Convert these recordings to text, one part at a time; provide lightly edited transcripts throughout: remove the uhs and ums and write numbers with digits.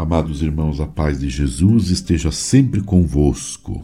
Amados irmãos, a paz de Jesus esteja sempre convosco.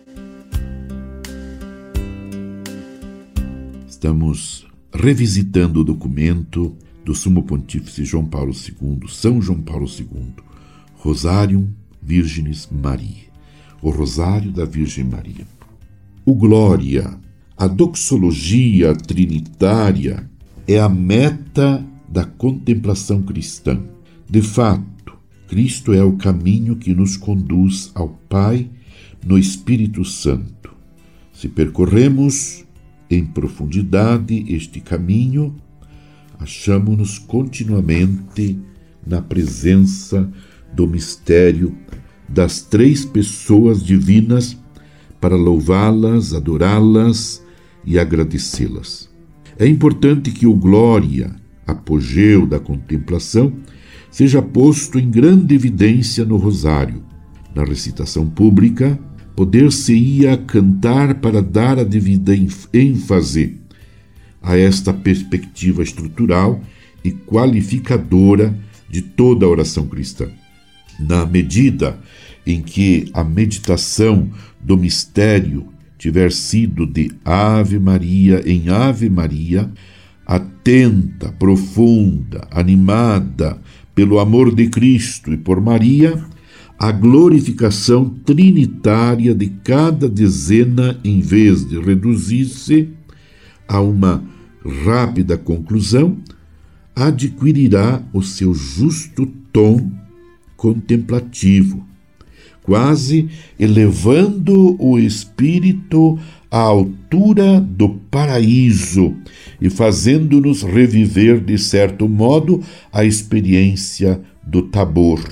Estamos revisitando o documento do Sumo Pontífice João Paulo II, São João Paulo II, Rosarium Virginis Mariae, o Rosário da Virgem Maria. O Glória, a doxologia trinitária, é a meta da contemplação cristã. De fato, Cristo é o caminho que nos conduz ao Pai no Espírito Santo. Se percorremos em profundidade este caminho, achamo-nos continuamente na presença do mistério das três pessoas divinas para louvá-las, adorá-las e agradecê-las. É importante que o Glória, apogeu da contemplação, seja posto em grande evidência no rosário. Na recitação pública, poder-se-ia cantar para dar a devida ênfase a esta perspectiva estrutural e qualificadora de toda a oração cristã. Na medida em que a meditação do mistério tiver sido de Ave Maria em Ave Maria, atenta, profunda, animada pelo amor de Cristo e por Maria, a glorificação trinitária de cada dezena, em vez de reduzir-se a uma rápida conclusão, adquirirá o seu justo tom contemplativo, quase elevando o espírito à altura do paraíso e fazendo-nos reviver, de certo modo, a experiência do Tabor,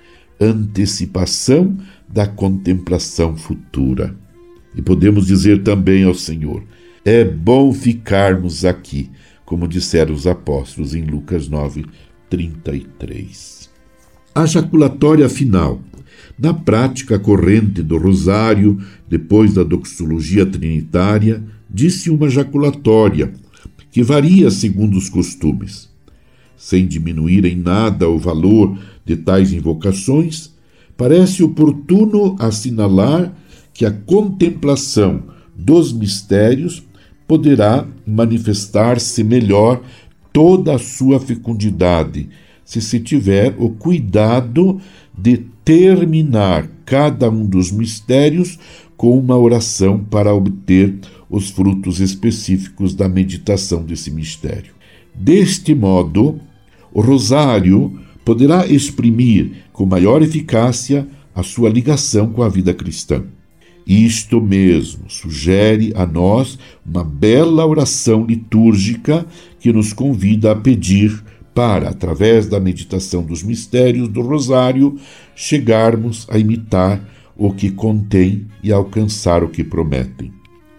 antecipação da contemplação futura. E podemos dizer também ao Senhor: é bom ficarmos aqui, como disseram os apóstolos em Lucas 9:33. A jaculatória final. Na prática corrente do rosário, depois da doxologia trinitária, disse uma jaculatória, que varia segundo os costumes. Sem diminuir em nada o valor de tais invocações, parece oportuno assinalar que a contemplação dos mistérios poderá manifestar-se melhor toda a sua fecundidade, se tiver o cuidado de terminar cada um dos mistérios com uma oração para obter os frutos específicos da meditação desse mistério. Deste modo, o rosário poderá exprimir com maior eficácia a sua ligação com a vida cristã. Isto mesmo sugere a nós uma bela oração litúrgica que nos convida a pedir para, através da meditação dos mistérios do rosário, chegarmos a imitar o que contém e alcançar o que prometem.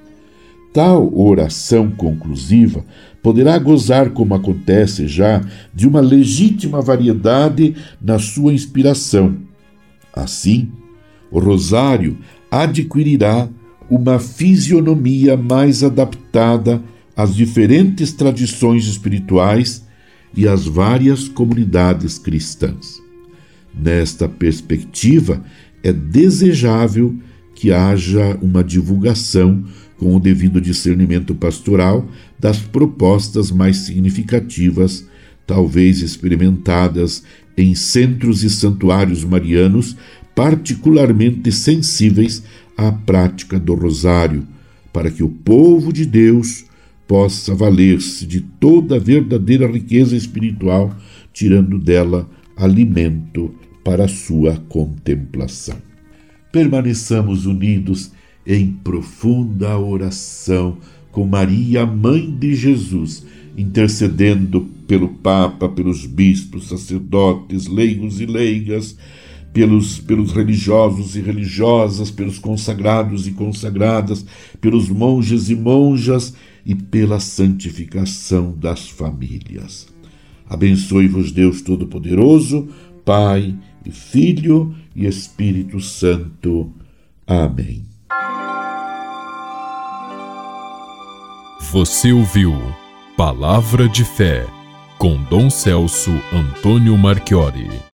Tal oração conclusiva poderá gozar, como acontece já, de uma legítima variedade na sua inspiração. Assim, o rosário adquirirá uma fisionomia mais adaptada às diferentes tradições espirituais e às várias comunidades cristãs. Nesta perspectiva, é desejável que haja uma divulgação com o devido discernimento pastoral das propostas mais significativas, talvez experimentadas em centros e santuários marianos particularmente sensíveis à prática do rosário, para que o povo de Deus possa valer-se de toda a verdadeira riqueza espiritual, tirando dela alimento para a sua contemplação. Permaneçamos unidos em profunda oração com Maria, Mãe de Jesus, intercedendo pelo Papa, pelos bispos, sacerdotes, leigos e leigas, pelos religiosos e religiosas, pelos consagrados e consagradas, pelos monges e monjas e pela santificação das famílias. Abençoe-vos Deus Todo-Poderoso, Pai e Filho e Espírito Santo. Amém. Você ouviu Palavra de Fé com Dom Celso Antônio Marchiori.